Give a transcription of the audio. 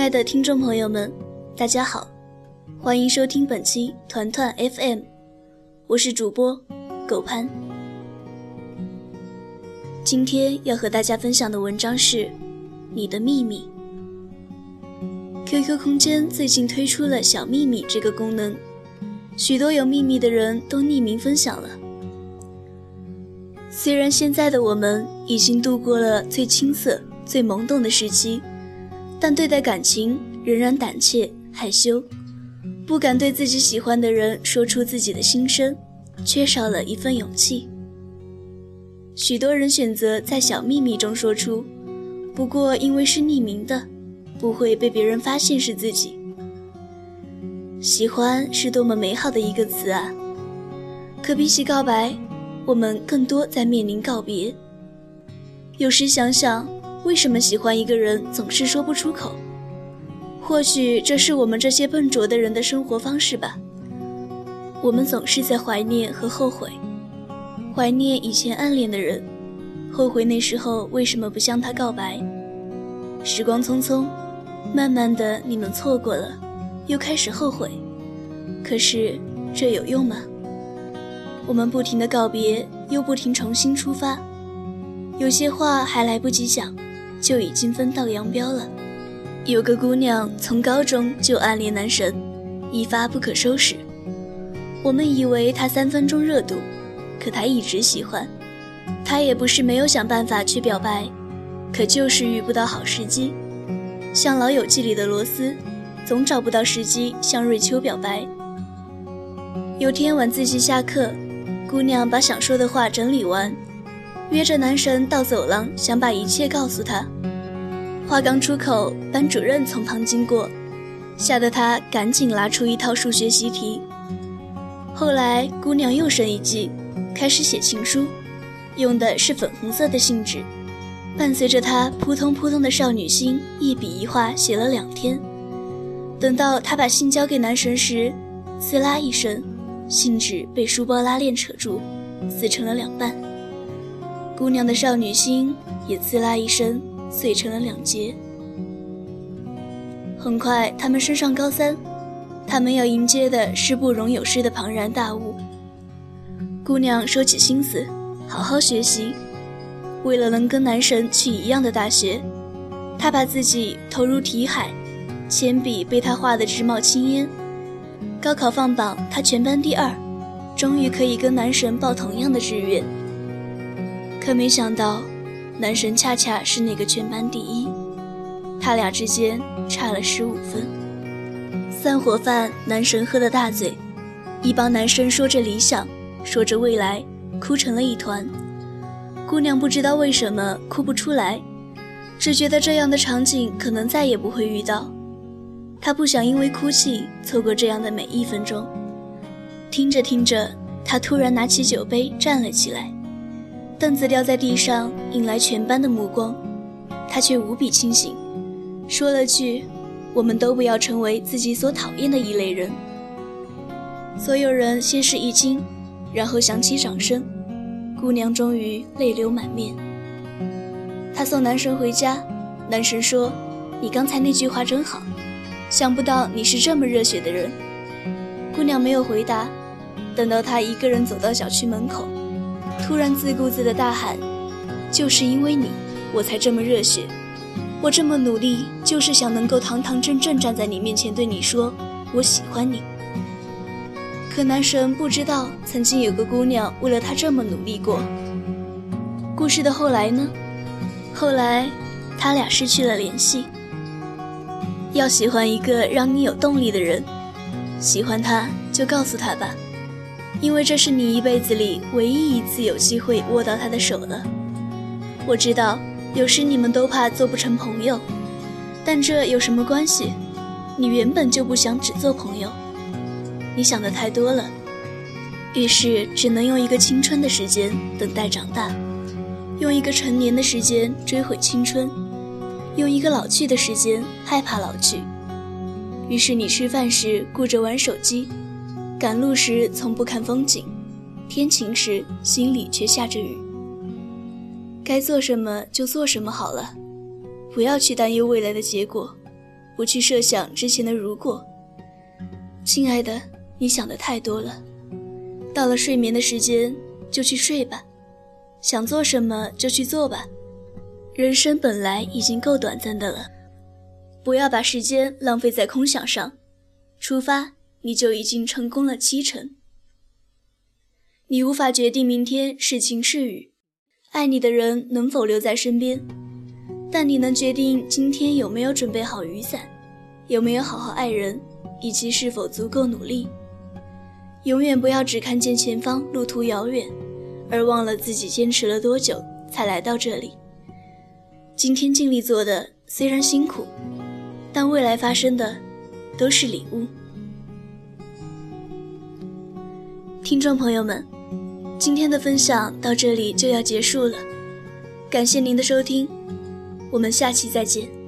爱的听众朋友们，大家好，欢迎收听本期团团 FM， 我是主播狗潘。今天要和大家分享的文章是你的秘密。 QQ 空间最近推出了小秘密这个功能，许多有秘密的人都匿名分享了。虽然现在的我们已经度过了最青涩最懵懂的时期，但对待感情仍然胆怯害羞，不敢对自己喜欢的人说出自己的心声，缺少了一份勇气。许多人选择在小秘密中说出，不过因为是匿名的，不会被别人发现是自己。喜欢是多么美好的一个词啊，可比起告白，我们更多在面临告别。有时想想，为什么喜欢一个人总是说不出口？或许这是我们这些笨拙的人的生活方式吧。我们总是在怀念和后悔，怀念以前暗恋的人，后悔那时候为什么不向他告白。时光匆匆，慢慢的你们错过了，又开始后悔。可是这有用吗？我们不停的告别，又不停重新出发，有些话还来不及讲，就已经分道扬镳了。有个姑娘从高中就暗恋男神，一发不可收拾。我们以为她3分钟热度，可她一直喜欢。她也不是没有想办法去表白，可就是遇不到好时机。像老友记里的罗斯，总找不到时机向瑞秋表白。有天晚自习下课，姑娘把想说的话整理完，约着男神到走廊，想把一切告诉他。话刚出口，班主任从旁经过，吓得他赶紧拿出一套数学习题。后来姑娘又生一计，开始写情书，用的是粉红色的信纸，伴随着她扑通扑通的少女心，一笔一画写了2天。等到她把信交给男神时，撕拉一声，信纸被书包拉链扯住，撕成了2半。姑娘的少女心也滋啦一声碎成了2截。很快他们升上高3，他们要迎接的是不容有失的庞然大物。姑娘收起心思，好好学习，为了能跟男神去一样的大学，她把自己投入题海，铅笔被她画得直冒青烟。高考放榜，她全班第2，终于可以跟男神报同样的志愿。可没想到，男神恰恰是那个全班第1，他俩之间差了15分。散伙饭，男神喝得大醉，一帮男生说着理想，说着未来，哭成了一团。姑娘不知道为什么哭不出来，只觉得这样的场景可能再也不会遇到。她不想因为哭泣错过这样的每1分钟。听着听着，她突然拿起酒杯站了起来，凳子掉在地上，引来全班的目光。她却无比清醒，说了句：我们都不要成为自己所讨厌的一类人。所有人先是一惊，然后响起掌声，姑娘终于泪流满面。她送男神回家，男神说：你刚才那句话真好，想不到你是这么热血的人。姑娘没有回答，等到她一个人走到小区门口，突然自顾自地大喊：就是因为你，我才这么热血，我这么努力，就是想能够堂堂正正站在你面前对你说我喜欢你。可男神不知道，曾经有个姑娘为了他这么努力过。故事的后来呢？后来他俩失去了联系。要喜欢一个让你有动力的人，喜欢他就告诉他吧，因为这是你一辈子里唯一一次有机会握到他的手了。我知道有时你们都怕做不成朋友，但这有什么关系？你原本就不想只做朋友，你想的太多了，于是只能用一个青春的时间等待长大，用一个成年的时间追悔青春，用一个老去的时间害怕老去。于是你吃饭时顾着玩手机，赶路时从不看风景，天晴时心里却下着雨。该做什么就做什么好了，不要去担忧未来的结果， 不去设想之前的如果。亲爱的，你想得太多了，到了睡眠的时间就去睡吧，想做什么就去做吧，人生本来已经够短暂的了，不要把时间浪费在空想上，出发你就已经成功了70%。你无法决定明天是晴是雨，爱你的人能否留在身边，但你能决定今天有没有准备好雨伞，有没有好好爱人，以及是否足够努力。永远不要只看见前方路途遥远，而忘了自己坚持了多久才来到这里。今天尽力做的虽然辛苦，但未来发生的都是礼物。听众朋友们，今天的分享到这里就要结束了，感谢您的收听，我们下期再见。